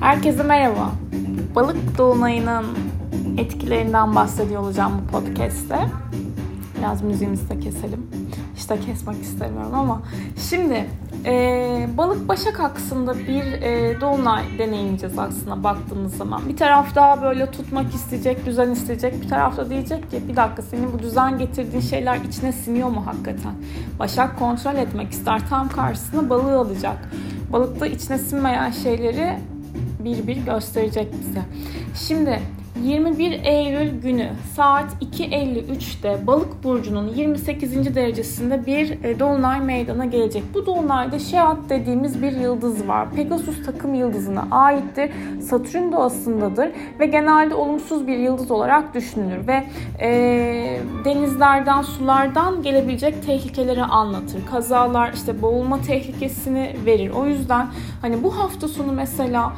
Herkese merhaba. Balık dolunayının etkilerinden bahsediyor olacağım bu podcast'te. Biraz müziğimizi de keselim. Hiç de kesmek istemiyorum ama. Şimdi balık başak aksında bir dolunay deneyimleyeceğiz aslında baktığımız zaman. Bir taraf daha böyle tutmak isteyecek, düzen isteyecek. Bir taraf da diyecek ki bir dakika senin bu düzen getirdiğin şeyler içine siniyor mu hakikaten? Başak kontrol etmek ister. Tam karşısına balığı alacak. Balıkta içine sinmeyen şeyleri bir bir gösterecek bize. Şimdi 21 Eylül günü saat 2.53'te Balık burcunun 28. derecesinde bir dolunay meydana gelecek. Bu dolunayda Şeat dediğimiz bir yıldız var. Pegasus takım yıldızına aittir. Satürn doğasındadır ve genelde olumsuz bir yıldız olarak düşünülür ve denizlerden, sulardan gelebilecek tehlikeleri anlatır. Kazalar, işte boğulma tehlikesini verir. O yüzden hani bu hafta sonu mesela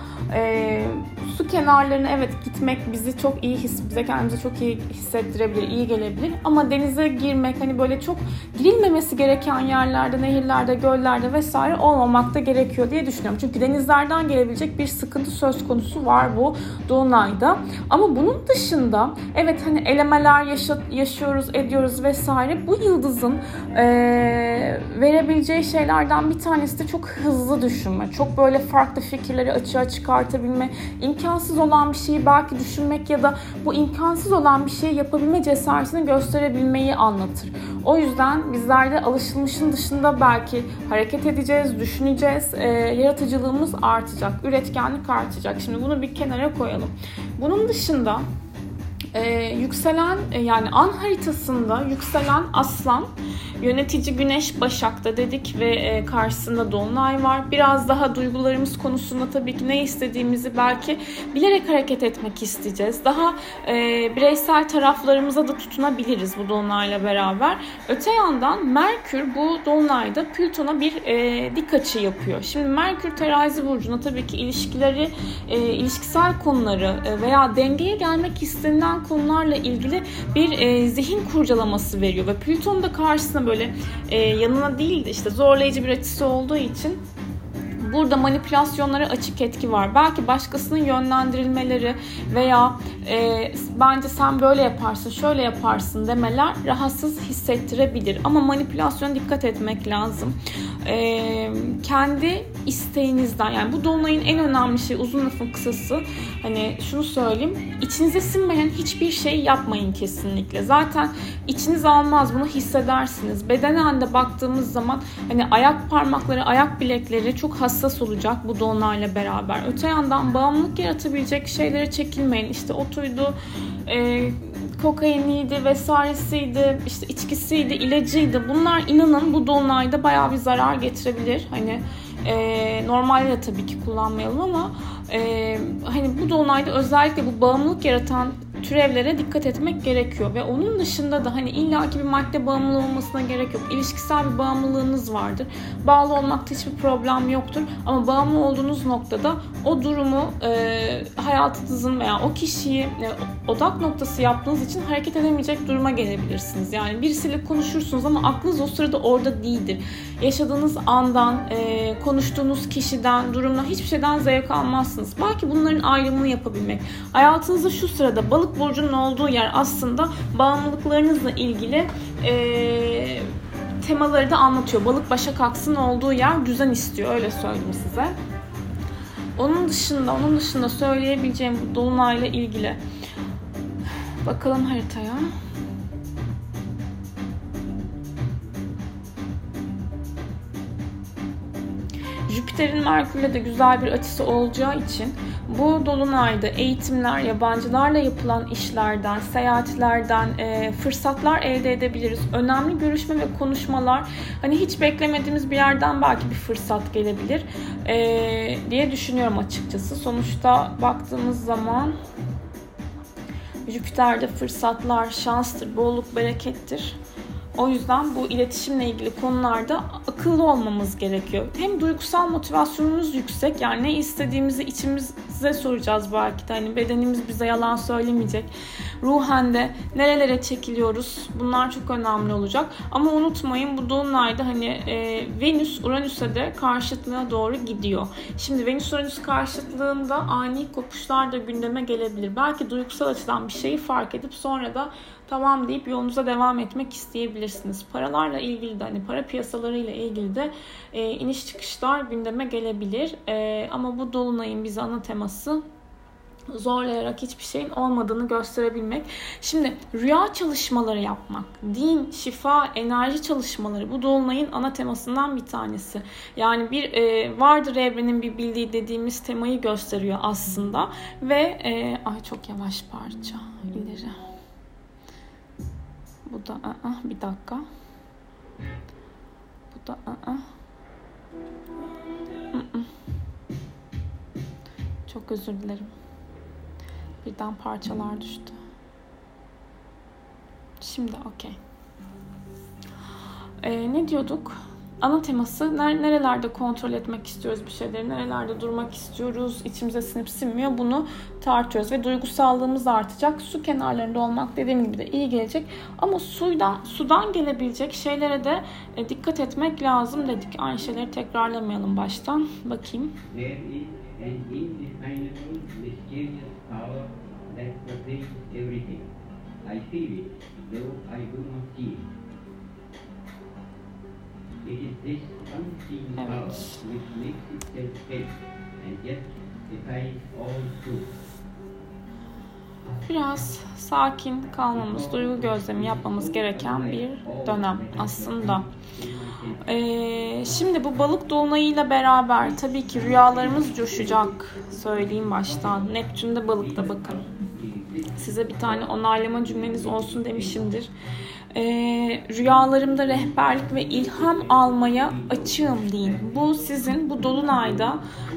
su kenarlarına evet gitmek bizi çok iyi bize kendimizi çok iyi hissettirebilir, iyi gelebilir. Ama denize girmek hani böyle çok girilmemesi gereken yerlerde, nehirlerde, göllerde vesaire olmamak da gerekiyor diye düşünüyorum. Çünkü denizlerden gelebilecek bir sıkıntı söz konusu var bu dolunayda. Ama bunun dışında evet hani elemeler yaşıyoruz, ediyoruz vesaire. Bu yıldızın verebileceği şeylerden bir tanesi de çok hızlı düşünme. Çok böyle farklı fikirleri açığa çıkartabilme, imkansız olan bir şeyi belki düşünmek ya da bu imkansız olan bir şeyi yapabilme cesaretini gösterebilmeyi anlatır. O yüzden bizler de alışılmışın dışında belki hareket edeceğiz, düşüneceğiz, yaratıcılığımız artacak, üretkenlik artacak. Şimdi bunu bir kenara koyalım. Bunun dışında yükselen yani an haritasında yükselen Aslan, yönetici Güneş Başak'ta dedik ve karşısında dolunay var. Biraz daha duygularımız konusunda tabii ki ne istediğimizi belki bilerek hareket etmek isteyeceğiz. Daha bireysel taraflarımıza da tutunabiliriz bu dolunayla beraber. Öte yandan Merkür bu dolunayda Plüton'a bir dik açı yapıyor. Şimdi Merkür Terazi burcuna tabii ki ilişkileri, ilişkisel konuları veya dengeye gelmek istenilen konularla ilgili bir zihin kurcalaması veriyor ve Plüton da karşısına böyle yanına değil de işte zorlayıcı bir açısı olduğu için burada manipülasyonlara açık etki var. Belki başkasının yönlendirilmeleri veya bence sen böyle yaparsın, şöyle yaparsın demeler rahatsız hissettirebilir. Ama manipülasyona dikkat etmek lazım. Kendi isteğinizden, yani bu dolunayın en önemli şeyi, uzun lafın kısası, hani şunu söyleyeyim, içinize sinmeyen hiçbir şey yapmayın kesinlikle. Zaten içiniz almaz, bunu hissedersiniz. Bedenen de baktığımız zaman hani ayak parmakları, ayak bilekleri çok hassas olacak bu dolunayla beraber. Öte yandan bağımlılık yaratabilecek şeylere çekilmeyin. İşte otuydu, kokainiydi vesairesiydi, işte içkisiydi, ilacıydı. Bunlar inanın bu dolunayda bayağı bir zarar getirebilir. Hani normalde de tabii ki kullanmayalım ama hani bu dolunayda özellikle bu bağımlılık yaratan türevlere dikkat etmek gerekiyor ve onun dışında da hani illaki bir madde bağımlılığı olmasına gerek yok. İlişkisel bir bağımlılığınız vardır. Bağlı olmakta hiçbir problem yoktur ama bağımlı olduğunuz noktada o durumu hayatınızın veya o kişiyi odak noktası yaptığınız için hareket edemeyecek duruma gelebilirsiniz. Yani birisiyle konuşursunuz ama aklınız o sırada orada değildir. Yaşadığınız andan, konuştuğunuz kişiden, durumdan, hiçbir şeyden zevk almazsınız. Belki bunların ayrımını yapabilmek. Hayatınızda şu sırada Balık burcunun olduğu yer aslında bağımlılıklarınızla ilgili temaları da anlatıyor. Balık Başak aksının olduğu yer düzen istiyor, öyle söyleyeyim size. Onun dışında söyleyebileceğim bu dolunayla ilgili. Bakalım haritaya. Jüpiter'in Merkür'le de güzel bir açısı olacağı için bu dolunayda eğitimler, yabancılarla yapılan işlerden, seyahatlerden fırsatlar elde edebiliriz. Önemli görüşme ve konuşmalar, hani hiç beklemediğimiz bir yerden belki bir fırsat gelebilir diye düşünüyorum açıkçası. Sonuçta baktığımız zaman Jüpiter'de fırsatlar, şanstır, bolluk, berekettir. O yüzden bu iletişimle ilgili konularda akıllı olmamız gerekiyor. Hem duygusal motivasyonumuz yüksek, yani ne istediğimizi içimize soracağız belki de. Hani bedenimiz bize yalan söylemeyecek. ruhen de nerelere çekiliyoruz, bunlar çok önemli olacak. Ama unutmayın, bu dolunayda hani Venüs Uranüs'e de karşıtlığına doğru gidiyor. Şimdi Venüs Uranüs karşıtlığında ani kopuşlar da gündeme gelebilir. Belki duygusal açıdan bir şeyi fark edip sonra da tamam deyip yolunuza devam etmek isteyebilirsiniz. Paralarla ilgili de, hani para piyasalarıyla ilgili de iniş çıkışlar gündeme gelebilir. Ama bu dolunayın bize ana teması zorlayarak hiçbir şeyin olmadığını gösterebilmek. Şimdi rüya çalışmaları yapmak, din, şifa, enerji çalışmaları bu dolunayın ana temasından bir tanesi. Yani bir vardır evrenin bir bildiği dediğimiz temayı gösteriyor aslında. Ve ay çok yavaş parça ileri. Bu da bir dakika. Bu da çok özür dilerim. Birden parçalar düştü. Şimdi okey. Ne diyorduk? Ana teması nerelerde kontrol etmek istiyoruz bir şeyleri, nerelerde durmak istiyoruz, içimize sinip sinmiyor, bunu tartıyoruz ve duygusallığımız artacak. Su kenarlarında olmak dediğim gibi de iyi gelecek ama sudan gelebilecek şeylere de dikkat etmek lazım dedik. Aynı şeyleri tekrarlamayalım baştan. Bakayım. Biraz sakin kalmamız, duygu gözlemi yapmamız gereken bir dönem aslında. Şimdi bu balık dolunayıyla beraber tabii ki rüyalarımız coşacak. Söyleyeyim baştan. Neptün'de balıkta bakın. Size bir tane onaylama cümleniz olsun demişimdir. Rüyalarımda rehberlik ve ilham almaya açığım deyin. Bu sizin bu dolunayda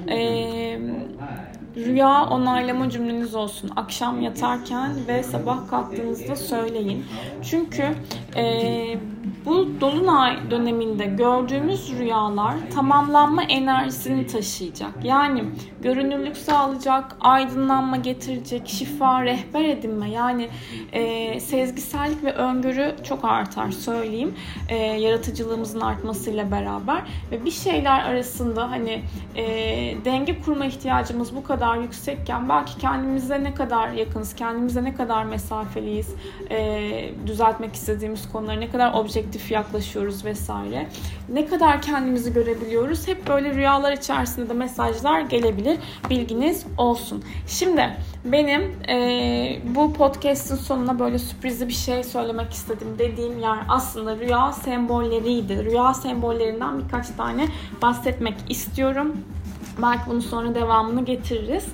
rüya onaylama cümleniz olsun. Akşam yatarken ve sabah kalktığınızda söyleyin. Çünkü bu dolunay döneminde gördüğümüz rüyalar tamamlanma enerjisini taşıyacak. Yani görünürlük sağlayacak, aydınlanma getirecek, şifa, rehber edinme. Yani sezgisellik ve öngörü çok artar söyleyeyim. Yaratıcılığımızın artmasıyla beraber ve bir şeyler arasında hani denge kurma ihtiyacımız bu kadar yüksekken belki kendimize ne kadar yakınız, kendimize ne kadar mesafeliyiz, düzeltmek istediğimiz konulara ne kadar objektif yaklaşıyoruz vesaire. Ne kadar kendimizi görebiliyoruz. Hep böyle rüyalar içerisinde de mesajlar gelebilir. Bilginiz olsun. Şimdi benim bu podcast'ın sonuna böyle sürprizli bir şey söylemek istedim dediğim yer aslında rüya sembolleriydi. Rüya sembollerinden birkaç tane bahsetmek istiyorum. Belki bunun sonra devamını getiririz.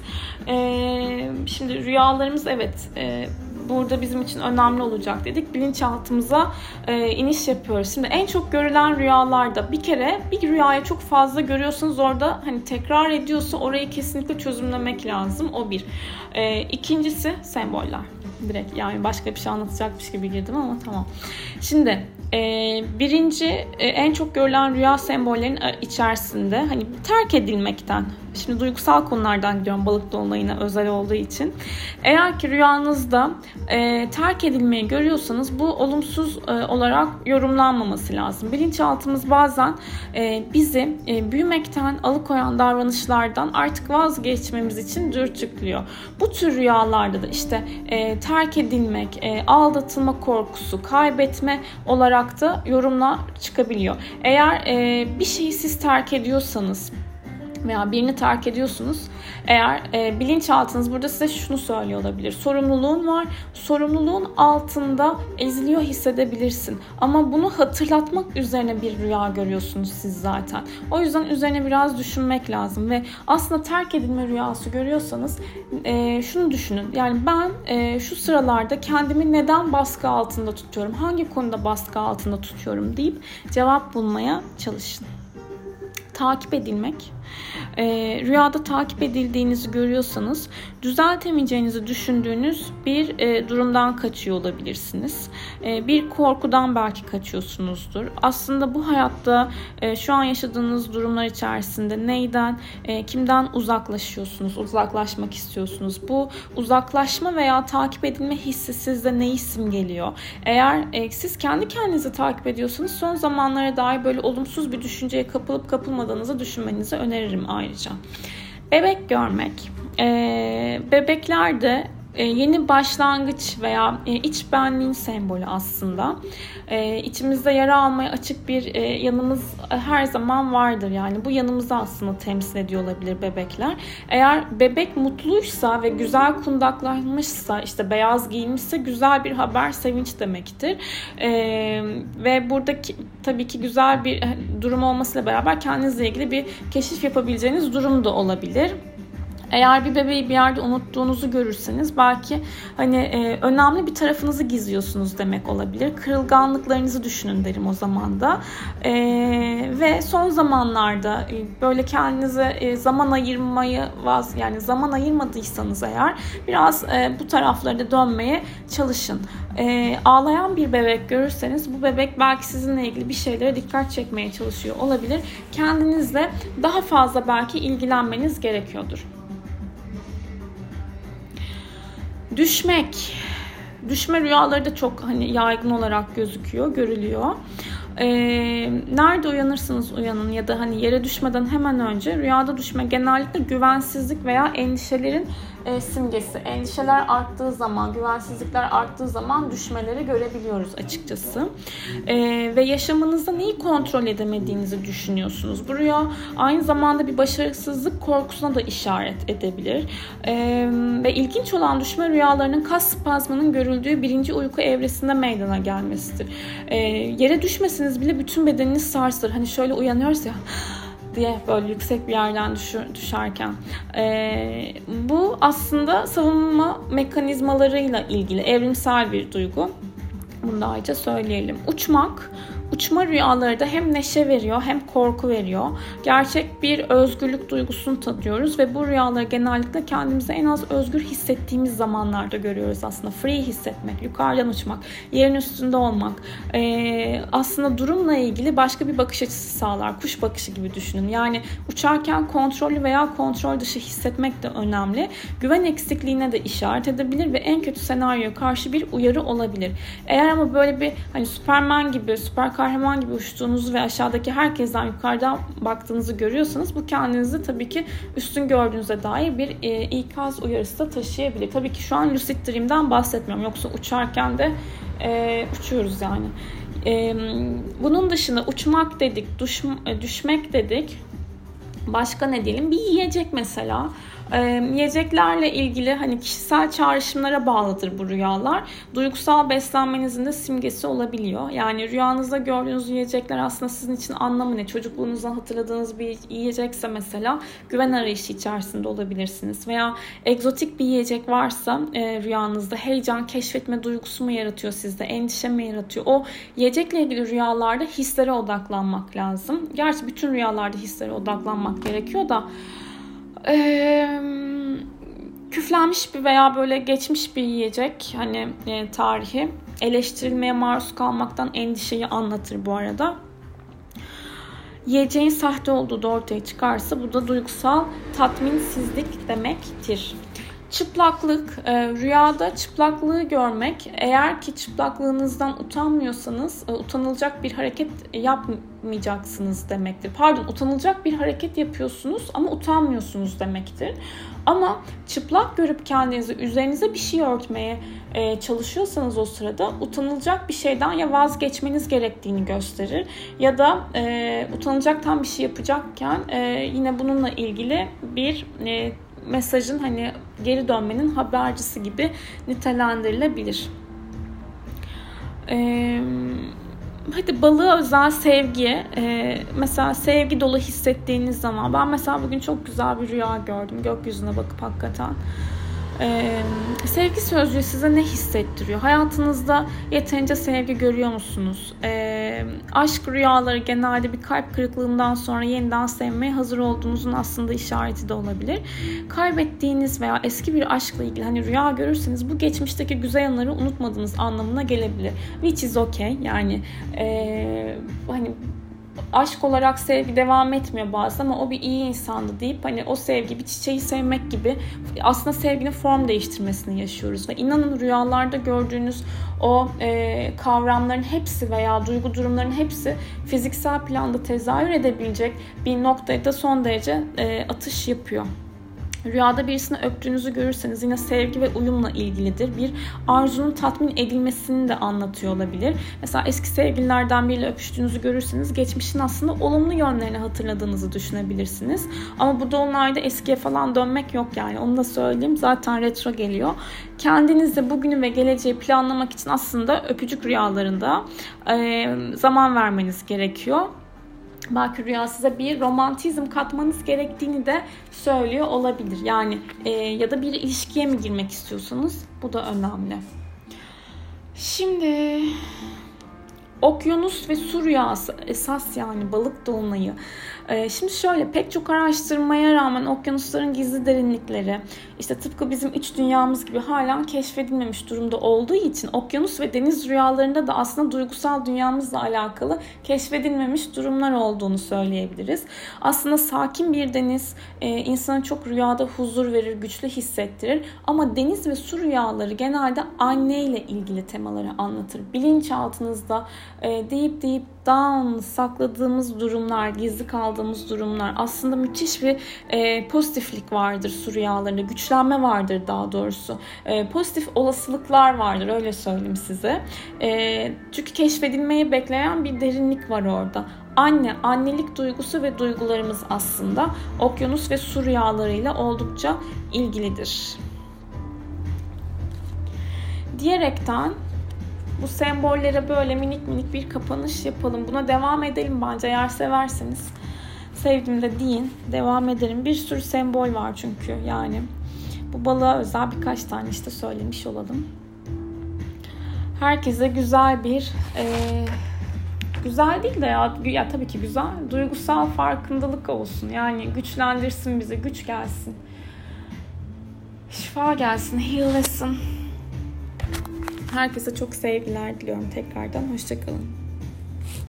Şimdi rüyalarımız burada bizim için önemli olacak dedik. Bilinçaltımıza iniş yapıyoruz. Şimdi en çok görülen rüyalarda bir kere bir rüyayı çok fazla görüyorsanız orada hani tekrar ediyorsa orayı kesinlikle çözümlemek lazım. O bir. İkincisi semboller. Direkt yani başka bir şey anlatacakmış gibi girdim ama tamam. Şimdi birinci en çok görülen rüya sembollerinin içerisinde hani terk edilmekten, şimdi duygusal konulardan gidiyorum balık dolunayına özel olduğu için. Eğer ki rüyanızda terk edilmeyi görüyorsanız bu olumsuz olarak yorumlanmaması lazım. Bilinçaltımız bazen bizi büyümekten alıkoyan davranışlardan artık vazgeçmemiz için dürtüklüyor. Bu tür rüyalarda da işte terk edilmek, aldatılma korkusu, kaybetme olarak da yorumlar çıkabiliyor. Eğer bir şeyi siz terk ediyorsanız veya birini terk ediyorsunuz, eğer bilinçaltınız burada size şunu söylüyor olabilir. Sorumluluğun var. Sorumluluğun altında eziliyor hissedebilirsin. Ama bunu hatırlatmak üzerine bir rüya görüyorsunuz siz zaten. O yüzden üzerine biraz düşünmek lazım ve aslında terk edilme rüyası görüyorsanız şunu düşünün. Yani ben şu sıralarda kendimi neden baskı altında tutuyorum? Hangi konuda baskı altında tutuyorum deyip cevap bulmaya çalışın. takip edilmek. Rüyada takip edildiğinizi görüyorsanız düzeltemeyeceğinizi düşündüğünüz bir durumdan kaçıyor olabilirsiniz. Bir korkudan belki kaçıyorsunuzdur. Aslında bu hayatta şu an yaşadığınız durumlar içerisinde neyden, kimden uzaklaşıyorsunuz, uzaklaşmak istiyorsunuz? Bu uzaklaşma veya takip edilme hissi sizde ne isim geliyor? Eğer siz kendi kendinizi takip ediyorsanız son zamanlara dair böyle olumsuz bir düşünceye kapılıp kapılmadığınızı düşünmenizi öneririm ayrıca. Bebek görmek. Bebekler de yeni başlangıç veya iç benliğin sembolü aslında. İçimizde yara almaya açık bir yanımız her zaman vardır. Yani bu yanımızı aslında temsil ediyor olabilir bebekler. Eğer bebek mutluysa ve güzel kundaklanmışsa, işte beyaz giyinmişse güzel bir haber, sevinç demektir. Ve buradaki tabii ki güzel bir durum olmasıyla beraber kendinizle ilgili bir keşif yapabileceğiniz durum da olabilir. Eğer bir bebeği bir yerde unuttuğunuzu görürseniz belki önemli bir tarafınızı gizliyorsunuz demek olabilir. Kırılganlıklarınızı düşünün derim o zaman da. Ve son zamanlarda böyle kendinize zaman ayırmayı zaman ayırmadıysanız eğer biraz bu taraflara dönmeye çalışın. Ağlayan bir bebek görürseniz bu bebek belki sizinle ilgili bir şeylere dikkat çekmeye çalışıyor olabilir. Kendinizle daha fazla belki ilgilenmeniz gerekiyordur. Düşme rüyaları da çok yaygın olarak gözüküyor, görülüyor. Nerede uyanırsanız uyanın ya da yere düşmeden hemen önce rüyada düşme genellikle güvensizlik veya endişelerin simgesi. Endişeler arttığı zaman, güvensizlikler arttığı zaman düşmeleri görebiliyoruz açıkçası. Ve yaşamınızda neyi kontrol edemediğinizi düşünüyorsunuz. Bu rüya aynı zamanda bir başarısızlık korkusuna da işaret edebilir. Ve ilginç olan düşme rüyalarının kas spazmının görüldüğü birinci uyku evresinde meydana gelmesidir. Yere düşmesiniz bile bütün bedeniniz sarsılır. Şöyle uyanıyoruz ya diye böyle yüksek bir yerden düşerken. Bu aslında savunma mekanizmalarıyla ilgili evrimsel bir duygu. Bunu da ayrıca söyleyelim. Uçma rüyaları da hem neşe veriyor hem korku veriyor. Gerçek bir özgürlük duygusunu tadıyoruz ve bu rüyaları genellikle kendimizi en az özgür hissettiğimiz zamanlarda görüyoruz aslında. Free hissetmek, yukarıdan uçmak, yerin üstünde olmak. Aslında durumla ilgili başka bir bakış açısı sağlar. Kuş bakışı gibi düşünün. Yani uçarken kontrollü veya kontrol dışı hissetmek de önemli. Güven eksikliğine de işaret edebilir ve en kötü senaryoya karşı bir uyarı olabilir. Eğer ama böyle bir Superman gibi, süper kahraman gibi uçtuğunuzu ve aşağıdaki herkesten yukarıdan baktığınızı görüyorsanız bu kendinizi tabii ki üstün gördüğünüze dair bir ikaz uyarısı da taşıyabilir. Tabii ki şu an lucid dream'den bahsetmiyorum. Yoksa uçarken de uçuyoruz yani. Bunun dışında uçmak dedik, düşmek dedik. Başka ne diyelim? Bir yiyecek mesela. Yiyeceklerle ilgili kişisel çağrışımlara bağlıdır bu rüyalar. Duygusal beslenmenizin de simgesi olabiliyor. Yani rüyanızda gördüğünüz yiyecekler aslında sizin için anlamı ne? Çocukluğunuzdan hatırladığınız bir yiyecekse mesela güven arayışı içerisinde olabilirsiniz. Veya egzotik bir yiyecek varsa rüyanızda heyecan, keşfetme duygusu mu yaratıyor sizde? Endişe mi yaratıyor? O yiyecekle ilgili rüyalarda hislere odaklanmak lazım. Gerçi bütün rüyalarda hislere odaklanmak gerekiyor da küflenmiş bir veya böyle geçmiş bir yiyecek tarihi eleştirilmeye maruz kalmaktan endişeyi anlatır bu arada. Yiyeceğin sahte olduğu da ortaya çıkarsa bu da duygusal tatminsizlik demektir. Çıplaklık, rüyada çıplaklığı görmek, eğer ki çıplaklığınızdan utanmıyorsanız utanılacak bir hareket yapmayacaksınız demektir. Utanılacak bir hareket yapıyorsunuz ama utanmıyorsunuz demektir. Ama çıplak görüp kendinizi üzerinize bir şey örtmeye çalışıyorsanız o sırada utanılacak bir şeyden ya vazgeçmeniz gerektiğini gösterir ya da utanılacak tam bir şey yapacakken yine bununla ilgili bir mesajın geri dönmenin habercisi gibi nitelendirilebilir. Hadi balığa özel sevgi. Mesela sevgi dolu hissettiğiniz zaman. Ben mesela bugün çok güzel bir rüya gördüm. Gökyüzüne bakıp hakikaten. Sevgi sözcüğü size ne hissettiriyor? Hayatınızda yeterince sevgi görüyor musunuz? Aşk rüyaları genelde bir kalp kırıklığından sonra yeniden sevmeye hazır olduğunuzun aslında işareti de olabilir. Kaybettiğiniz veya eski bir aşkla ilgili hani rüya görürseniz bu geçmişteki güzel anıları unutmadığınız anlamına gelebilir. Which is okay. Yani hani aşk olarak sevgi devam etmiyor bazen ama o bir iyi insandı deyip hani o sevgi bir çiçeği sevmek gibi aslında sevginin form değiştirmesini yaşıyoruz. Ve inanın rüyalarda gördüğünüz o kavramların hepsi veya duygu durumların hepsi fiziksel planda tezahür edebilecek bir noktaya da son derece atış yapıyor. Rüyada birisini öptüğünüzü görürseniz yine sevgi ve uyumla ilgilidir. Bir arzunun tatmin edilmesini de anlatıyor olabilir. Mesela eski sevgililerden biriyle öpüştüğünüzü görürseniz geçmişin aslında olumlu yönlerini hatırladığınızı düşünebilirsiniz. Ama bu dolunayda eskiye falan dönmek yok yani. Onu da söyleyeyim. Zaten retro geliyor. Kendinizde bugünü ve geleceği planlamak için aslında öpücük rüyalarında zaman vermeniz gerekiyor. Belki rüya size bir romantizm katmanız gerektiğini de söylüyor olabilir. Yani ya da bir ilişkiye mi girmek istiyorsanız bu da önemli. Şimdi okyanus ve su rüyası esas yani balık dolunayı. Şimdi şöyle pek çok araştırmaya rağmen okyanusların gizli derinlikleri işte tıpkı bizim iç dünyamız gibi hala keşfedilmemiş durumda olduğu için okyanus ve deniz rüyalarında da aslında duygusal dünyamızla alakalı keşfedilmemiş durumlar olduğunu söyleyebiliriz. Aslında sakin bir deniz insana çok rüyada huzur verir, güçlü hissettirir ama deniz ve su rüyaları genelde anneyle ilgili temaları anlatır. Bilinçaltınızda deep down sakladığımız durumlar, gizli kaldığımız durumlar aslında müthiş bir pozitiflik vardır su rüyalarında, güçlenme vardır daha doğrusu. Pozitif olasılıklar vardır öyle söyleyeyim size. Çünkü keşfedilmeyi bekleyen bir derinlik var orada. Annelik duygusu ve duygularımız aslında okyanus ve su rüyalarıyla oldukça ilgilidir. Diyerekten bu sembollere böyle minik bir kapanış yapalım. Buna devam edelim bence eğer severseniz. Sevdim de deyin. Devam ederim. Bir sürü sembol var çünkü yani. Bu balığa özel birkaç tane işte söylemiş olalım. Herkese güzel bir güzel değil de ya tabii ki güzel. Duygusal farkındalık olsun. Yani güçlendirsin bizi. Güç gelsin. Şifa gelsin. Heal'lesin. Herkese çok sevgiler diliyorum tekrardan. Hoşça kalın.